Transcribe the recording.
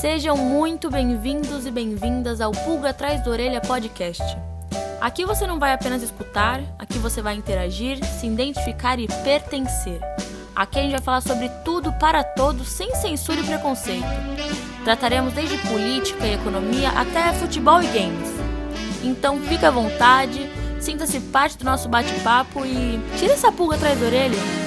Sejam muito bem-vindos e bem-vindas ao Pulga Atrás da Orelha Podcast. Aqui você não vai apenas escutar, aqui você vai interagir, se identificar e pertencer. Aqui a gente vai falar sobre tudo para todos, sem censura e preconceito. Trataremos desde política e economia até futebol e games. Então fique à vontade, sinta-se parte do nosso bate-papo e tire essa pulga atrás da orelha.